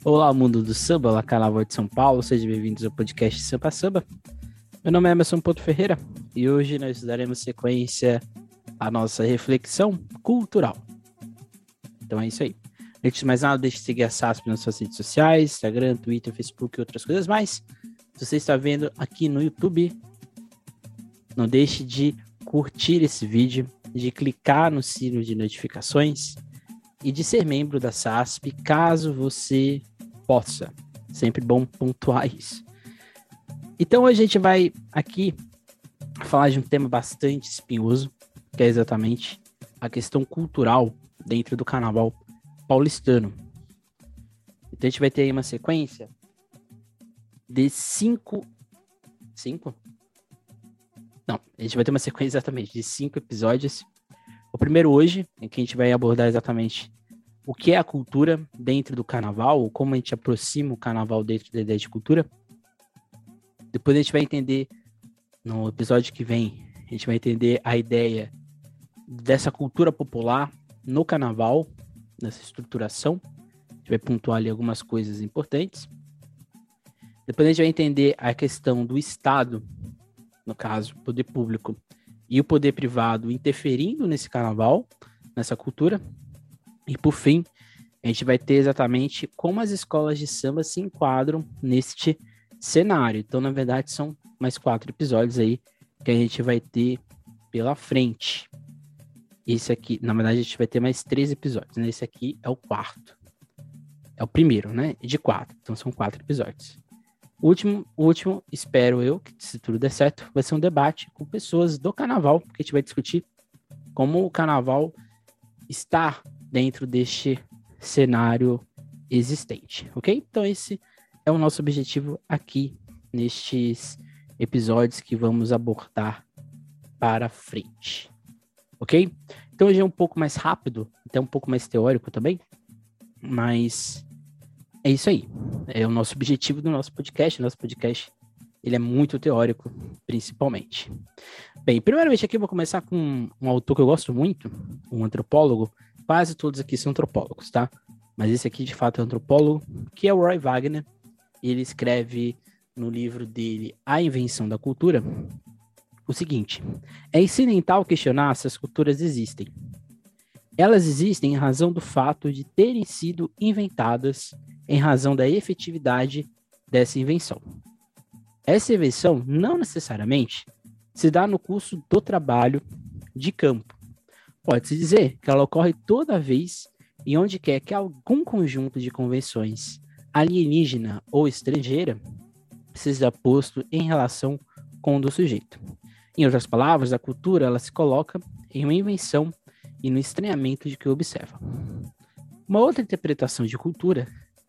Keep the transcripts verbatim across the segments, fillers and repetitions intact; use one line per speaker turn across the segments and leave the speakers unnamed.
Olá, mundo do samba, lá Carnaval de São Paulo, sejam bem-vindos ao podcast Sampa Samba. Meu nome é Emerson Porto Ferreira e hoje nós daremos sequência à nossa reflexão cultural. Então é isso aí. Antes de mais nada, deixe de seguir a S A S P nas suas redes sociais, Instagram, Twitter, Facebook e outras coisas mais. Se você está vendo aqui no YouTube, não deixe de curtir esse vídeo, de clicar no sino de notificações e de ser membro da S A S P, caso você possa. Sempre bom pontuar isso. Então hoje a gente vai aqui falar de um tema bastante espinhoso, que é exatamente a questão cultural dentro do carnaval paulistano. Então a gente vai ter aí uma sequência de cinco... Cinco? Não, a gente vai ter uma sequência exatamente de cinco episódios. O primeiro hoje, em que a gente vai abordar exatamente o que é a cultura dentro do carnaval, ou como a gente aproxima o carnaval dentro da ideia de cultura. Depois a gente vai entender, no episódio que vem, a gente vai entender a ideia dessa cultura popular no carnaval, nessa estruturação. A gente vai pontuar ali algumas coisas importantes. Depois a gente vai entender a questão do Estado, no caso, o poder público, e o poder privado interferindo nesse carnaval, nessa cultura. E por fim, a gente vai ter exatamente como as escolas de samba se enquadram neste cenário. Então, na verdade, são mais quatro episódios aí que a gente vai ter pela frente. Esse aqui, na verdade, a gente vai ter mais três episódios, né? Esse aqui é o quarto. É o primeiro, né? De quatro. Então, são quatro episódios. O último, o último, espero eu, que se tudo der certo, vai ser um debate com pessoas do carnaval, porque a gente vai discutir como o carnaval está dentro deste cenário existente, ok? Então esse é o nosso objetivo aqui nestes episódios que vamos abordar para frente, ok? Então hoje é um pouco mais rápido, até um pouco mais teórico também, mas é isso aí. É o nosso objetivo do nosso podcast. O nosso podcast, ele é muito teórico, principalmente. Bem, primeiramente aqui eu vou começar com um autor que eu gosto muito, um antropólogo. Quase todos aqui são antropólogos, tá? Mas esse aqui, de fato, é um antropólogo, que é o Roy Wagner. Ele escreve no livro dele, A Invenção da Cultura, o seguinte: é incidental questionar se as culturas existem. Elas existem em razão do fato de terem sido inventadas em razão da efetividade dessa invenção. Essa invenção não necessariamente se dá no curso do trabalho de campo. Pode-se dizer que ela ocorre toda vez e onde quer que algum conjunto de convenções alienígena ou estrangeira seja posto em relação com o do sujeito. Em outras palavras, a cultura ela se coloca em uma invenção e no estranhamento de que observa. Uma outra interpretação de cultura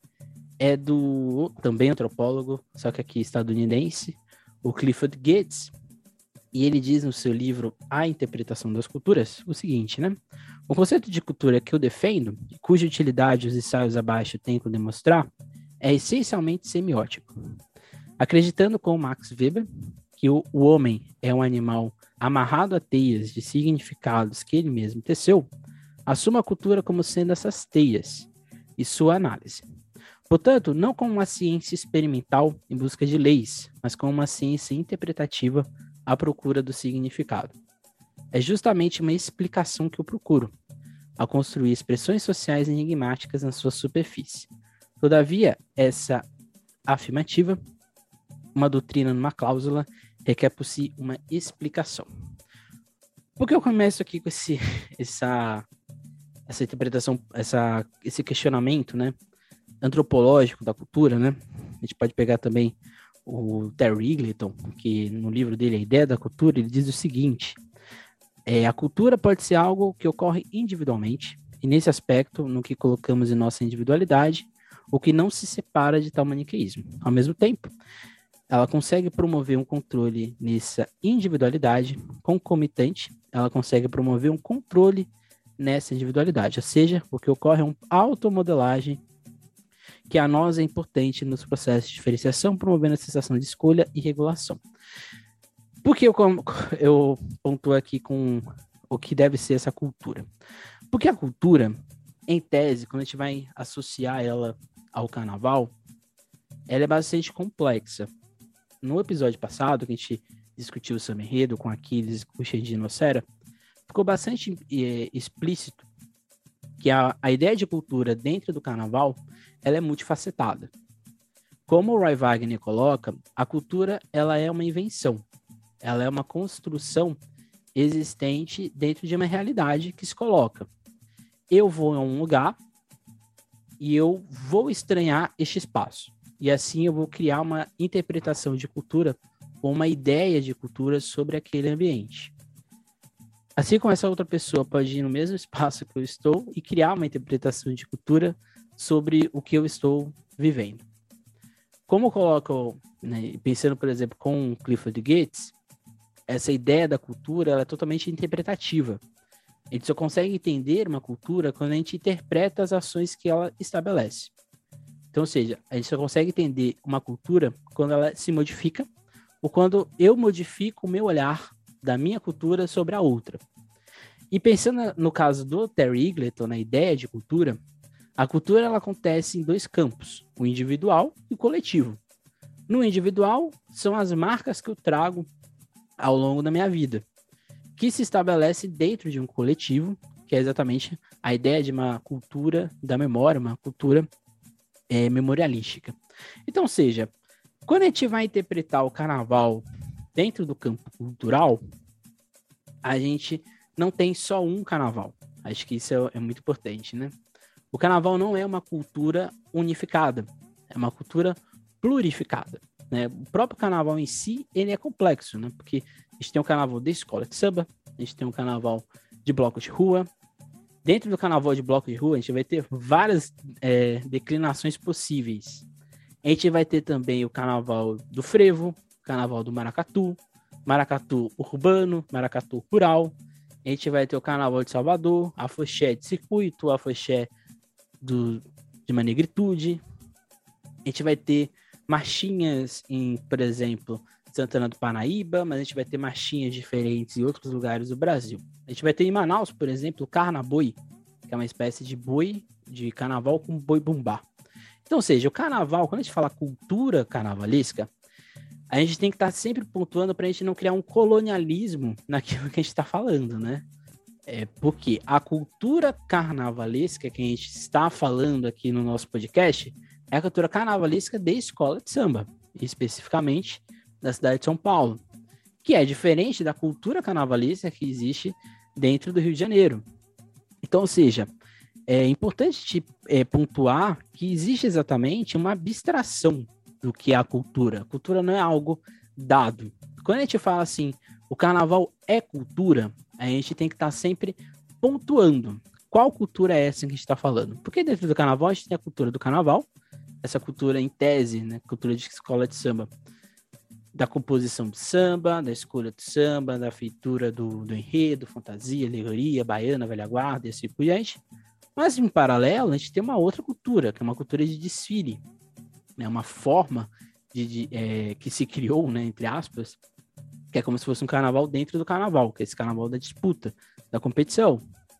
é do também antropólogo, só que aqui estadunidense, o Clifford Geertz. E ele diz no seu livro A Interpretação das Culturas o seguinte, né? O conceito de cultura que eu defendo, cuja utilidade os ensaios abaixo tentam demonstrar, é essencialmente semiótico. Acreditando com Max Weber que o, o homem é um animal amarrado a teias de significados que ele mesmo teceu, assuma a cultura como sendo essas teias e sua análise. Portanto, não como uma ciência experimental em busca de leis, mas como uma ciência interpretativa à procura do significado. É justamente uma explicação que eu procuro, ao construir expressões sociais enigmáticas na sua superfície. Todavia, essa afirmativa, uma doutrina numa cláusula, requer por si uma explicação. Por que eu começo aqui com esse, essa, essa interpretação, essa, esse questionamento, né, antropológico da cultura, né? A gente pode pegar também o Terry Eagleton, que no livro dele, A Ideia da Cultura, ele diz o seguinte: é, a cultura pode ser algo que ocorre individualmente, e nesse aspecto, no que colocamos em nossa individualidade, o que não se separa de tal maniqueísmo. Ao mesmo tempo, ela consegue promover um controle nessa individualidade concomitante, ela consegue promover um controle nessa individualidade, ou seja, o que ocorre é uma automodelagem que a nós é importante nos processos de diferenciação, promovendo a sensação de escolha e regulação. Por que eu, eu pontuo aqui com o que deve ser essa cultura? Porque a cultura, em tese, quando a gente vai associar ela ao carnaval, ela é bastante complexa. No episódio passado, que a gente discutiu o samba enredo com Aquiles e o Cheio de Dinossauro, ficou bastante é, explícito que a, a ideia de cultura dentro do carnaval, ela é multifacetada. Como o Roy Wagner coloca, a cultura ela é uma invenção, ela é uma construção existente dentro de uma realidade que se coloca. Eu vou a um lugar e eu vou estranhar este espaço. E assim eu vou criar uma interpretação de cultura ou uma ideia de cultura sobre aquele ambiente. Assim como essa outra pessoa pode ir no mesmo espaço que eu estou e criar uma interpretação de cultura sobre o que eu estou vivendo. Como eu coloco, né, pensando, por exemplo, com Clifford Geertz, essa ideia da cultura ela é totalmente interpretativa. A gente só consegue entender uma cultura quando a gente interpreta as ações que ela estabelece. Então, ou seja, a gente só consegue entender uma cultura quando ela se modifica ou quando eu modifico o meu olhar da minha cultura sobre a outra. E pensando no caso do Terry Eagleton, na ideia de cultura, a cultura ela acontece em dois campos, o individual e o coletivo. No individual, são as marcas que eu trago ao longo da minha vida, que se estabelece dentro de um coletivo, que é exatamente a ideia de uma cultura da memória, uma cultura é, memorialística. Então, ou seja, quando a gente vai interpretar o carnaval dentro do campo cultural, a gente não tem só um carnaval. Acho que isso é, é muito importante, né? O carnaval não é uma cultura unificada, é uma cultura plurificada, né? O próprio carnaval em si, ele é complexo, né? Porque a gente tem o carnaval de escola de samba, a gente tem o carnaval de bloco de rua. Dentro do carnaval de bloco de rua, a gente vai ter várias é, declinações possíveis. A gente vai ter também o carnaval do frevo, carnaval do maracatu, maracatu urbano, maracatu rural. A gente vai ter o carnaval de Salvador, afoxé de circuito, afoxé do, de uma negritude. A gente vai ter marchinhas em, por exemplo, Santana do Parnaíba, mas a gente vai ter marchinhas diferentes em outros lugares do Brasil. A gente vai ter em Manaus, por exemplo, o Carnaboi, que é uma espécie de boi, de carnaval com boi bumbá. Então, ou seja, o carnaval, quando a gente fala cultura carnavalesca, a gente tem que estar sempre pontuando para a gente não criar um colonialismo naquilo que a gente está falando, né? É porque a cultura carnavalesca que a gente está falando aqui no nosso podcast é a cultura carnavalesca de escola de samba, especificamente da cidade de São Paulo, que é diferente da cultura carnavalesca que existe dentro do Rio de Janeiro. Então, ou seja, é importante é, pontuar que existe exatamente uma abstração do que é a cultura. A cultura não é algo dado. Quando a gente fala assim, o carnaval é cultura, a gente tem que estar sempre pontuando qual cultura é essa que a gente está falando. Porque dentro do carnaval a gente tem a cultura do carnaval, essa cultura em tese, né, cultura de escola de samba, da composição de samba, da escolha de samba, da feitura do, do enredo, fantasia, alegoria, baiana, velha guarda e assim por diante. Mas, em paralelo, a gente tem uma outra cultura, que é uma cultura de desfile, né? Uma forma de, de, é, que se criou, né, entre aspas, que é como se fosse um carnaval dentro do carnaval, que é esse carnaval da disputa, da competição.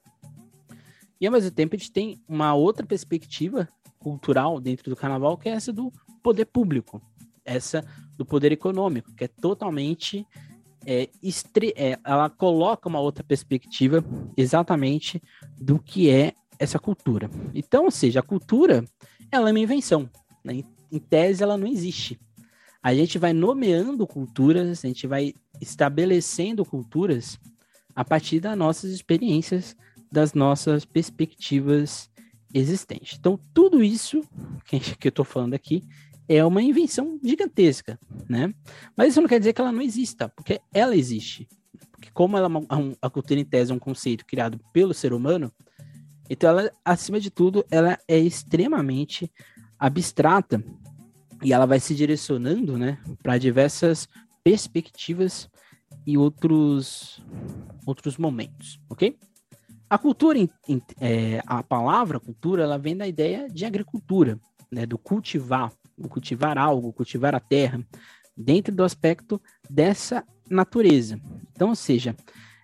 E, ao mesmo tempo, a gente tem uma outra perspectiva cultural dentro do carnaval, que é essa do poder público, essa do poder econômico, que é totalmente... É, estre... é, ela coloca uma outra perspectiva exatamente do que é essa cultura. Então, ou seja, a cultura, ela é uma invenção, né? Em, em tese, ela não existe. A gente vai nomeando culturas, a gente vai estabelecendo culturas a partir das nossas experiências, das nossas perspectivas existentes. Então, tudo isso que, que eu estou falando aqui é uma invenção gigantesca, né? Mas isso não quer dizer que ela não exista, porque ela existe. Porque como ela, a cultura em tese é um conceito criado pelo ser humano, então ela, acima de tudo, ela é extremamente abstrata e ela vai se direcionando, né, para diversas perspectivas e outros, outros momentos, ok? A cultura, é, a palavra cultura, ela vem da ideia de agricultura, né, do cultivar, do cultivar algo, cultivar a terra, dentro do aspecto dessa natureza. Então, ou seja,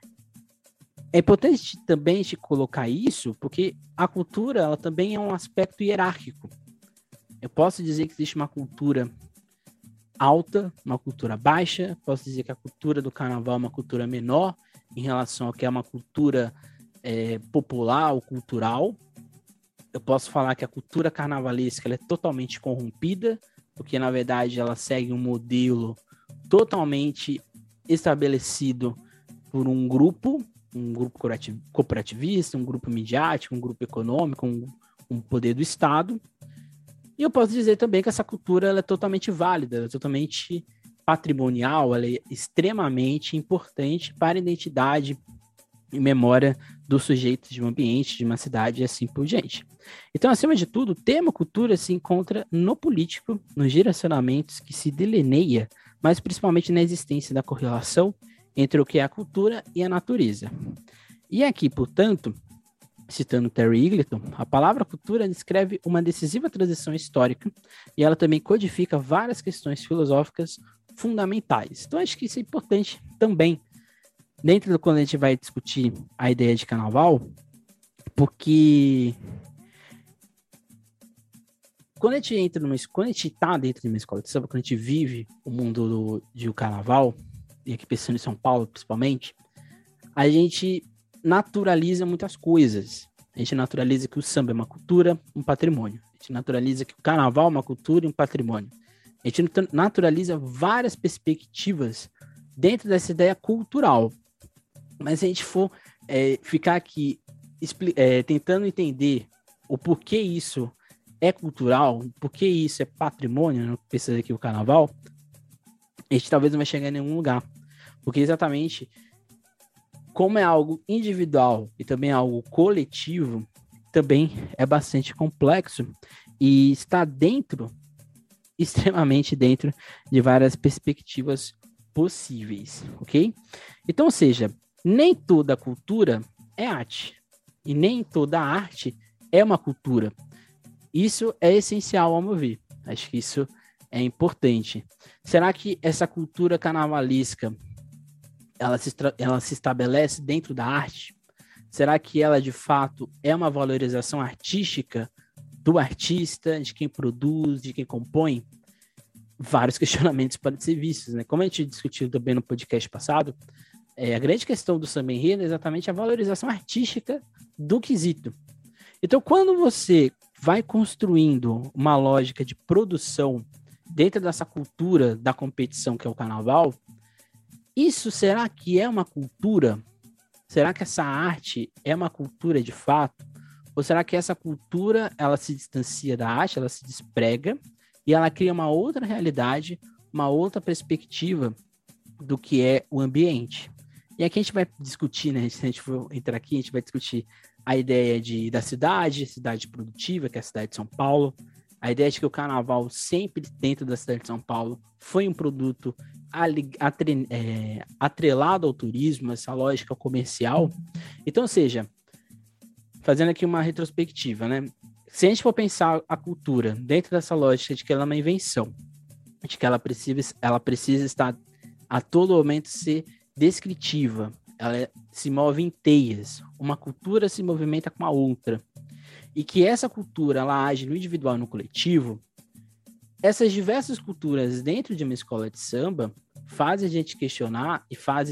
é importante também te colocar isso, porque a cultura ela também é um aspecto hierárquico. Eu posso dizer que existe uma cultura alta, uma cultura baixa, posso dizer que a cultura do carnaval é uma cultura menor em relação ao que é uma cultura é, popular ou cultural. Eu posso falar que a cultura carnavalesca ela é totalmente corrompida, porque na verdade ela segue um modelo totalmente estabelecido por um grupo, um grupo cooperativista, um grupo midiático, um grupo econômico, um, um poder do Estado. E eu posso dizer também que essa cultura ela é totalmente válida, ela é totalmente patrimonial, ela é extremamente importante para a identidade e memória dos sujeitos de um ambiente, de uma cidade e assim por diante. Então, acima de tudo, o tema cultura se encontra no político, nos direcionamentos que se delineia, mas principalmente na existência da correlação entre o que é a cultura e a natureza. E aqui, portanto, citando Terry Eagleton, a palavra cultura descreve uma decisiva transição histórica e ela também codifica várias questões filosóficas fundamentais. Então, acho que isso é importante também, dentro do quando a gente vai discutir a ideia de carnaval, porque quando a gente entra numa quando a gente está dentro de uma escola de samba, quando a gente vive o mundo do, de o carnaval, e aqui pensando em São Paulo principalmente, a gente naturaliza muitas coisas. A gente naturaliza que o samba é uma cultura, um patrimônio. A gente naturaliza que o carnaval é uma cultura e um patrimônio. A gente naturaliza várias perspectivas dentro dessa ideia cultural. Mas se a gente for é, ficar aqui é, tentando entender o porquê isso é cultural, porquê isso é patrimônio, não precisa aqui o carnaval, a gente talvez não vai chegar em nenhum lugar. Porque exatamente como é algo individual e também algo coletivo, também é bastante complexo e está dentro, extremamente dentro de várias perspectivas possíveis, ok? Então, ou seja, nem toda cultura é arte e nem toda arte é uma cultura. Isso é essencial ao meu ver. Acho que isso é importante. Será que essa cultura carnavalesca ela se, ela se estabelece dentro da arte? Será que ela, de fato, é uma valorização artística do artista, de quem produz, de quem compõe? Vários questionamentos podem ser vistos, né? Como a gente discutiu também no podcast passado, é, a grande questão do samba enredo é exatamente a valorização artística do quesito. Então, quando você vai construindo uma lógica de produção dentro dessa cultura da competição que é o carnaval, isso será que é uma cultura? Será que essa arte é uma cultura de fato? Ou será que essa cultura ela se distancia da arte, ela se desprega e ela cria uma outra realidade, uma outra perspectiva do que é o ambiente? E aqui a gente vai discutir, né? Se a gente for entrar aqui, a gente vai discutir a ideia de, da cidade, cidade produtiva, que é a cidade de São Paulo, a ideia de que o carnaval sempre dentro da cidade de São Paulo foi um produto Atre, é, atrelado ao turismo, essa lógica comercial. Então, ou seja, fazendo aqui uma retrospectiva, né? Se a gente for pensar a cultura dentro dessa lógica de que ela é uma invenção, de que ela precisa, ela precisa estar a todo momento ser descritiva, ela é, se move em teias, uma cultura se movimenta com a outra, e que essa cultura ela age no individual e no coletivo. Essas diversas culturas dentro de uma escola de samba fazem a gente questionar e fazem,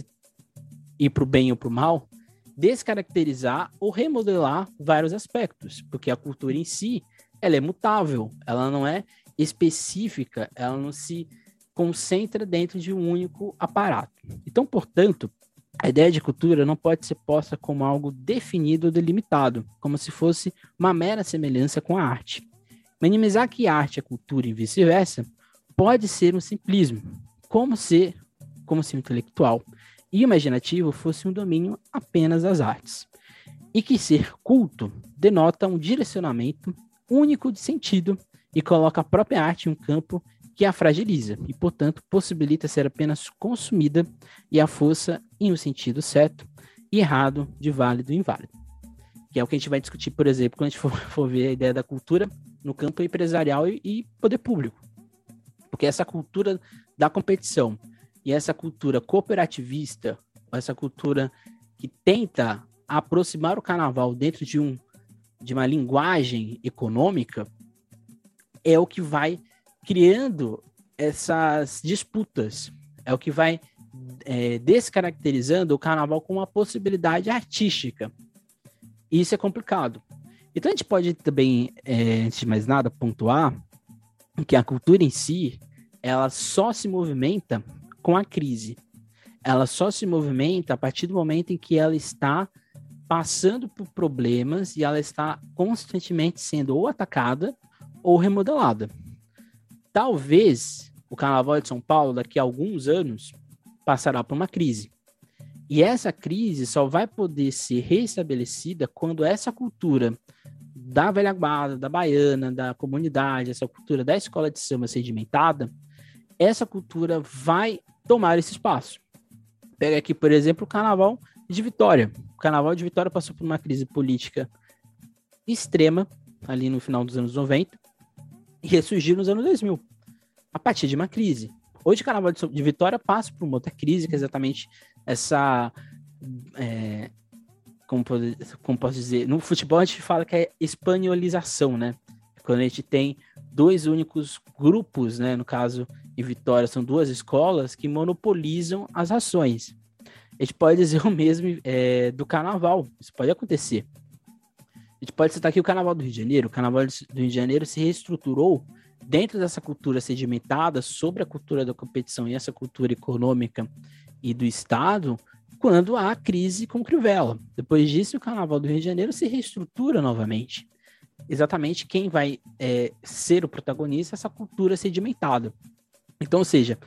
ir para o bem ou para o mal, descaracterizar ou remodelar vários aspectos, porque a cultura em si, ela é mutável, ela não é específica, ela não se concentra dentro de um único aparato. Então, portanto, a ideia de cultura não pode ser posta como algo definido ou delimitado, como se fosse uma mera semelhança com a arte. Minimizar que arte é cultura e vice-versa pode ser um simplismo, como se, como se o intelectual e imaginativo fosse um domínio apenas das artes, e que ser culto denota um direcionamento único de sentido e coloca a própria arte em um campo que a fragiliza e, portanto, possibilita ser apenas consumida e a força em um sentido certo e errado de válido e inválido. Que é o que a gente vai discutir, por exemplo, quando a gente for, for ver a ideia da cultura no campo empresarial e, e poder público. Porque essa cultura da competição e essa cultura cooperativista, essa cultura que tenta aproximar o carnaval dentro de, um, de uma linguagem econômica, é o que vai criando essas disputas, é o que vai é, descaracterizando o carnaval como uma possibilidade artística. E isso é complicado. Então a gente pode também, é, antes de mais nada, pontuar que a cultura em si, ela só se movimenta com a crise. Ela só se movimenta a partir do momento em que ela está passando por problemas e ela está constantemente sendo ou atacada ou remodelada. Talvez o Carnaval de São Paulo, daqui a alguns anos, passará por uma crise. E essa crise só vai poder ser restabelecida quando essa cultura da velha guarda, da baiana, da comunidade, essa cultura da escola de samba sedimentada, essa cultura vai tomar esse espaço. Pega aqui, por exemplo, o Carnaval de Vitória. O Carnaval de Vitória passou por uma crise política extrema, ali no final dos anos noventa, e ressurgiu nos anos dois mil, a partir de uma crise. Hoje o Carnaval de Vitória passa por uma outra crise, que é exatamente essa... É, como, como posso dizer? No futebol a gente fala que é espanholização, né? Quando a gente tem dois únicos grupos, né? No caso, em Vitória, são duas escolas que monopolizam as ações. A gente pode dizer o mesmo é, do Carnaval. Isso pode acontecer. A gente pode citar aqui o Carnaval do Rio de Janeiro. O Carnaval do Rio de Janeiro se reestruturou dentro dessa cultura sedimentada sobre a cultura da competição e essa cultura econômica e do Estado, quando há a crise com Crivella. Depois disso, o Carnaval do Rio de Janeiro se reestrutura novamente. Exatamente quem vai é, ser o protagonista é essa cultura sedimentada. Então, ou seja,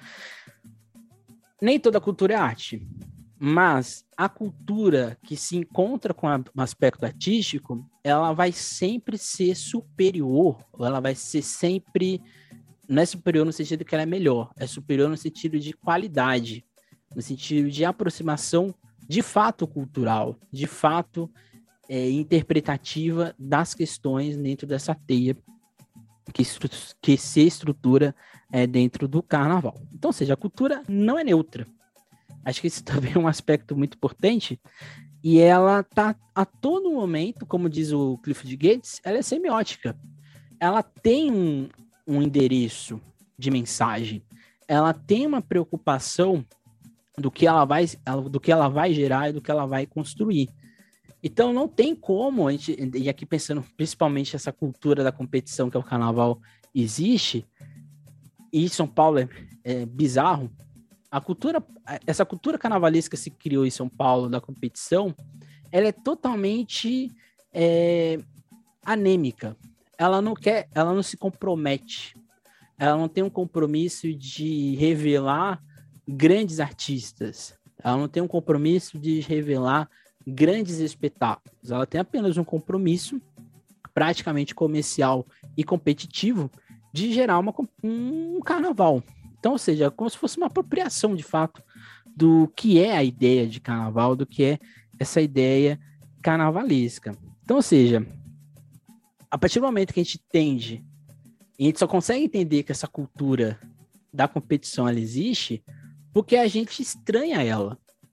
nem toda cultura é arte, mas a cultura que se encontra com a, um aspecto artístico, ela vai sempre ser superior, ou ela vai ser sempre, não é superior no sentido que ela é melhor, é superior no sentido de qualidade, no sentido de aproximação de fato cultural, de fato é, interpretativa das questões dentro dessa teia que, que se estrutura é, dentro do carnaval. Então, ou seja, a cultura não é neutra. Acho que isso também é um aspecto muito importante, e ela está a todo momento, como diz o Clifford Gates, ela é semiótica. Ela tem um, um endereço de mensagem, ela tem uma preocupação do que ela vai, do que ela vai gerar e do que ela vai construir. Então não tem como, a gente, e aqui pensando principalmente essa cultura da competição que é o carnaval existe, e São Paulo é, é bizarro, a cultura, essa cultura carnavalesca se criou em São Paulo da competição, ela é totalmente é, anêmica. Ela não quer, ela não se compromete. Ela não tem um compromisso de revelar grandes artistas. Ela não tem um compromisso de revelar grandes espetáculos. Ela tem apenas um compromisso praticamente comercial e competitivo de gerar uma, um carnaval. Então, ou seja, é como se fosse uma apropriação, de fato, do que é a ideia de carnaval, do que é essa ideia carnavalesca. Então, ou seja, a partir do momento que a gente tende, e a gente só consegue entender que essa cultura da competição ela existe, porque a gente estranha ela.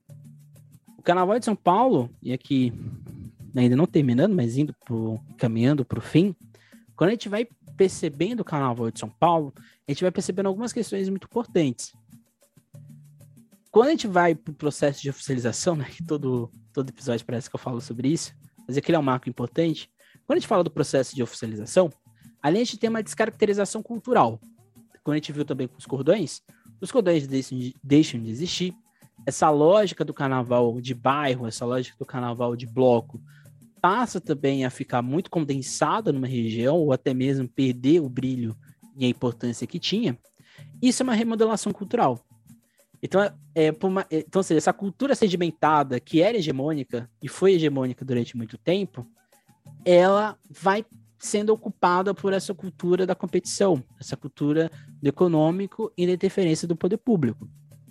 O Carnaval de São Paulo, e aqui ainda não terminando, mas indo pro, caminhando para o fim, quando a gente vai percebendo o Carnaval de São Paulo, a gente vai percebendo algumas questões muito importantes. Quando a gente vai para o processo de oficialização, né, que todo, todo episódio parece que eu falo sobre isso, mas aquele é um marco importante. Quando a gente fala do processo de oficialização, ali a gente tem uma descaracterização cultural. Quando a gente viu também com os cordões, os cordões deixam de, deixam de existir. Essa lógica do carnaval de bairro, essa lógica do carnaval de bloco, passa também a ficar muito condensada numa região, ou até mesmo perder o brilho e a importância que tinha. Isso é uma remodelação cultural. Então, é, por uma, então, ou seja, essa cultura sedimentada, que era hegemônica, e foi hegemônica durante muito tempo, ela vai sendo ocupada por essa cultura da competição, essa cultura do econômico e da interferência do poder público,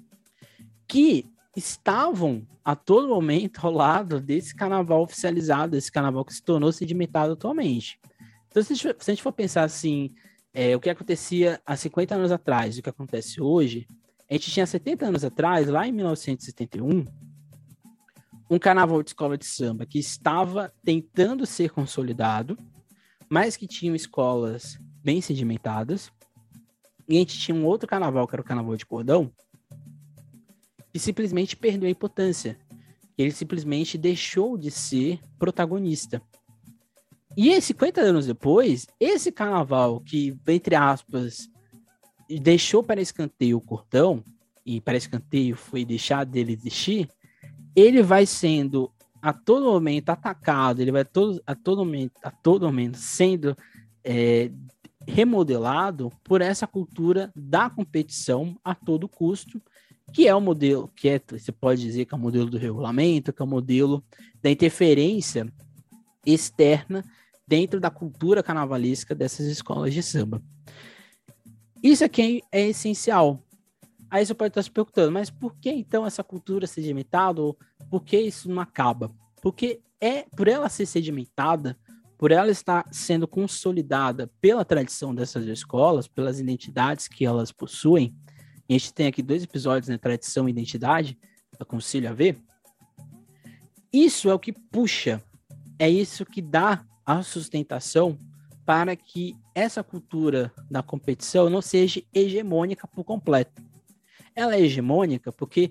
que estavam a todo momento ao lado desse carnaval oficializado, desse carnaval que se tornou sedimentado atualmente. Então, se a gente for, se a gente for pensar assim, é, o que acontecia há cinquenta anos atrás e o que acontece hoje, a gente tinha setenta anos atrás, lá em mil novecentos e setenta e um, um carnaval de escola de samba que estava tentando ser consolidado, mas que tinham escolas bem sedimentadas, e a gente tinha um outro carnaval, que era o Carnaval de Cordão, que simplesmente perdeu a importância. Ele simplesmente deixou de ser protagonista. E aí, cinquenta anos depois, esse carnaval que, entre aspas, deixou para escanteio o cordão, e para escanteio foi deixar dele existir, ele vai sendo a todo momento atacado, ele vai todo, a, todo momento, a todo momento sendo é, remodelado por essa cultura da competição a todo custo, que é o modelo, que é, você pode dizer que é o modelo do regulamento, que é o modelo da interferência externa dentro da cultura carnavalesca dessas escolas de samba. Isso aqui é, é essencial. Aí você pode estar se perguntando, mas por que então essa cultura sedimentada, ou por que isso não acaba? Porque é, por ela ser sedimentada, por ela estar sendo consolidada pela tradição dessas escolas, pelas identidades que elas possuem, e a gente tem aqui dois episódios, né, tradição e identidade, aconselho a ver, isso é o que puxa, é isso que dá a sustentação para que essa cultura da competição não seja hegemônica por completo. Ela é hegemônica porque,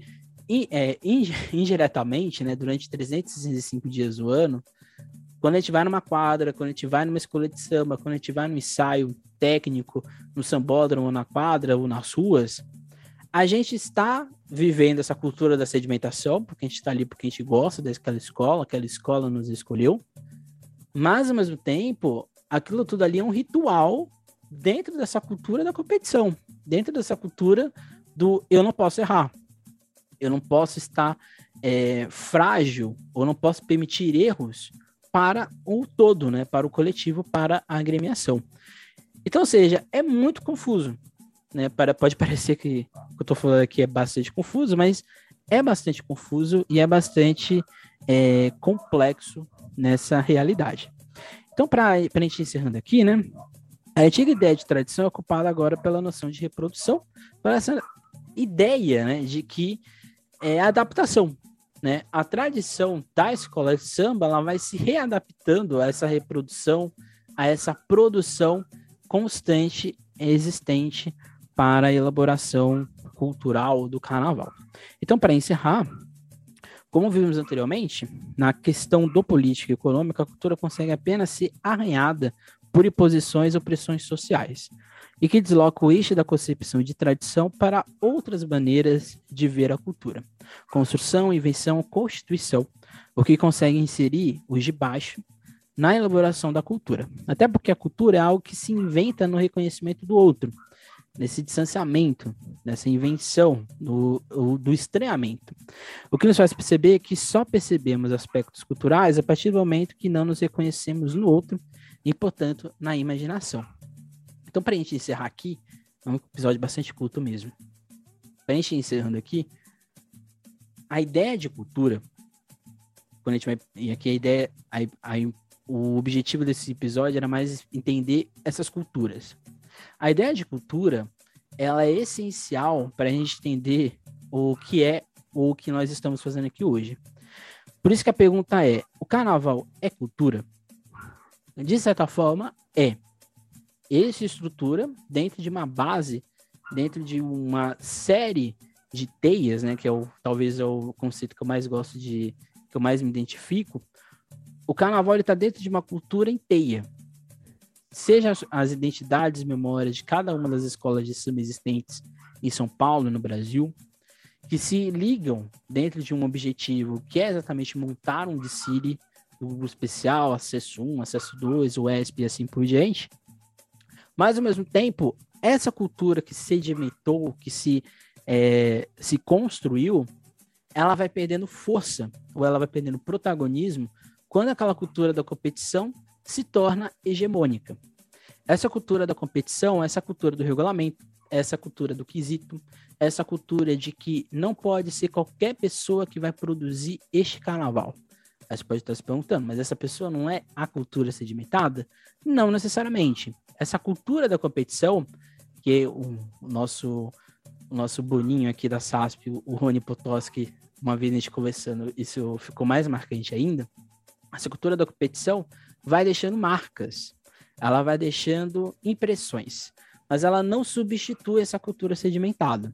é, indiretamente, né, durante trezentos e sessenta e cinco dias do ano, quando a gente vai numa quadra, quando a gente vai numa escola de samba, quando a gente vai num ensaio técnico, no sambódromo, na quadra ou nas ruas, a gente está vivendo essa cultura da sedimentação, porque a gente está ali porque a gente gosta daquela escola, aquela escola nos escolheu, mas, ao mesmo tempo, aquilo tudo ali é um ritual dentro dessa cultura da competição, dentro dessa cultura do eu não posso errar, eu não posso estar é, frágil, ou não posso permitir erros para o todo, né, para o coletivo, para a agremiação. Então, ou seja, é muito confuso, né? Para, pode parecer que o que eu estou falando aqui é bastante confuso, mas é bastante confuso e é bastante é, complexo nessa realidade. Então, para a gente encerrando aqui, né? A antiga ideia de tradição é ocupada agora pela noção de reprodução, por essa ideia, né, de que é a adaptação, né? A tradição da escola de samba, ela vai se readaptando a essa reprodução, a essa produção constante existente para a elaboração cultural do carnaval. Então, para encerrar, como vimos anteriormente, na questão do político e econômico, a cultura consegue apenas ser arranhada por imposições ou pressões sociais, e que desloca o eixo da concepção de tradição para outras maneiras de ver a cultura. Construção, invenção, constituição, o que consegue inserir os de baixo na elaboração da cultura. Até porque a cultura é algo que se inventa no reconhecimento do outro, nesse distanciamento, nessa invenção, do, do estranhamento. O que nos faz perceber que só percebemos aspectos culturais a partir do momento que não nos reconhecemos no outro e, portanto, na imaginação. Então, para a gente encerrar aqui, é um episódio bastante culto mesmo. Para a gente encerrando aqui, a ideia de cultura, quando a gente vai, e aqui a ideia, aí, aí, o objetivo desse episódio era mais entender essas culturas. A ideia de cultura, ela é essencial para a gente entender o que é o que nós estamos fazendo aqui hoje. Por isso que a pergunta é, o carnaval é cultura? De certa forma, é. Ele se estrutura dentro de uma base, dentro de uma série de teias, né, que é o, talvez é o conceito que eu mais gosto de, que eu mais me identifico. O carnaval está dentro de uma cultura em teia. Seja as, as identidades e memórias de cada uma das escolas de samba existentes em São Paulo, no Brasil, que se ligam dentro de um objetivo que é exatamente montar um desfile do grupo especial, acesso um, acesso dois, o E S P e assim por diante. Mas, ao mesmo tempo, essa cultura que se sedimentou, que se, é, se construiu, ela vai perdendo força, ou ela vai perdendo protagonismo, quando aquela cultura da competição se torna hegemônica. Essa cultura da competição, essa cultura do regulamento, essa cultura do quesito, essa cultura de que não pode ser qualquer pessoa que vai produzir este carnaval. Aí você pode estar se perguntando, mas essa pessoa não é a cultura sedimentada? Não necessariamente. Essa cultura da competição, que o, o nosso o nosso boninho aqui da S A S P, o Rony Potosky, uma vez a gente conversando, isso ficou mais marcante ainda. Essa cultura da competição vai deixando marcas. ela vai deixando impressões, mas ela não substitui essa cultura sedimentada.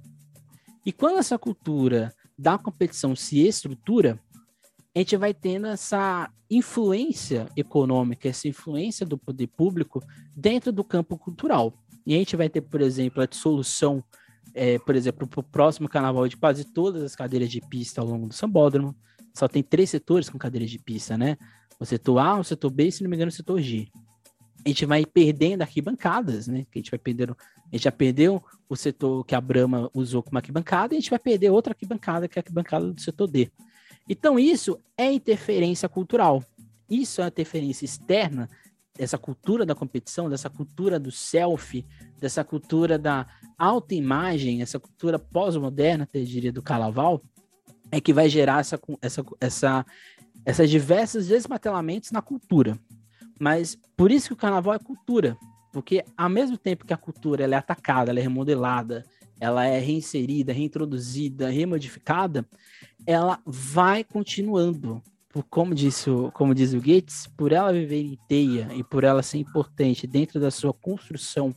E quando essa cultura da competição se estrutura, a gente vai tendo essa influência econômica, essa influência do poder público dentro do campo cultural. E a gente vai ter, por exemplo, a dissolução, é, por exemplo, para o próximo carnaval de quase todas as cadeiras de pista ao longo do sambódromo. Só tem três setores com cadeiras de pista, né? O setor A, o setor B e, se não me engano, o setor G. A gente vai perdendo arquibancadas, né? Que a gente vai perdendo, a gente já perdeu o setor que a Brahma usou como arquibancada, e a gente vai perder outra arquibancada, que é a arquibancada do setor D. Então, isso é interferência cultural. Isso é interferência externa, dessa cultura da competição, dessa cultura do selfie, dessa cultura da autoimagem, essa cultura pós-moderna, eu diria, do carnaval, é que vai gerar essa, essa, essa, essas diversas desmatelamentos na cultura. Mas por isso que o carnaval é cultura, porque ao mesmo tempo que a cultura ela é atacada, ela é remodelada, ela é reinserida, reintroduzida, remodificada, ela vai continuando. Por, como, disse o, como diz o Gates, por ela viver em teia e por ela ser importante dentro da sua construção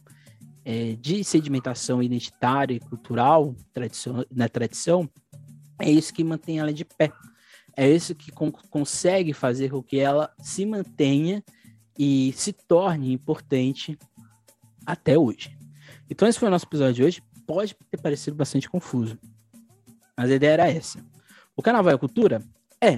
é, de sedimentação identitária e cultural tradição, na tradição, é isso que mantém ela de pé. É isso que con- consegue fazer com que ela se mantenha e se torne importante até hoje. Então esse foi o nosso episódio de hoje. Pode ter parecido bastante confuso, mas a ideia era essa. O carnaval é cultura? É.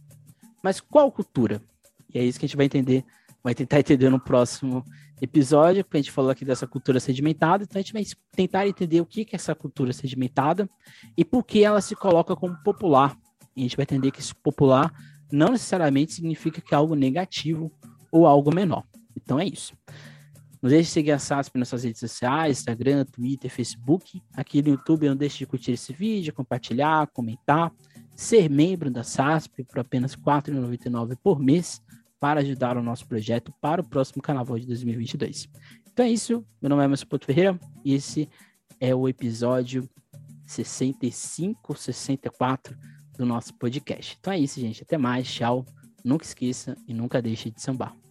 Mas qual cultura? E é isso que a gente vai entender, vai tentar entender no próximo episódio, porque a gente falou aqui dessa cultura sedimentada, então a gente vai tentar entender o que é essa cultura sedimentada e por que ela se coloca como popular. E a gente vai entender que esse popular não necessariamente significa que é algo negativo ou algo menor. Então é isso. Não deixe de seguir a S A S P nas suas redes sociais, Instagram, Twitter, Facebook. Aqui no YouTube, não deixe de curtir esse vídeo, compartilhar, comentar, ser membro da S A S P por apenas quatro reais e noventa e nove centavos por mês para ajudar o nosso projeto para o próximo carnaval de dois mil e vinte e dois. Então é isso. Meu nome é Emerson Porto Ferreira e esse é o episódio sessenta e cinco, sessenta e quatro do nosso podcast. Então é isso, gente. Até mais. Tchau. Nunca esqueça e nunca deixe de sambar.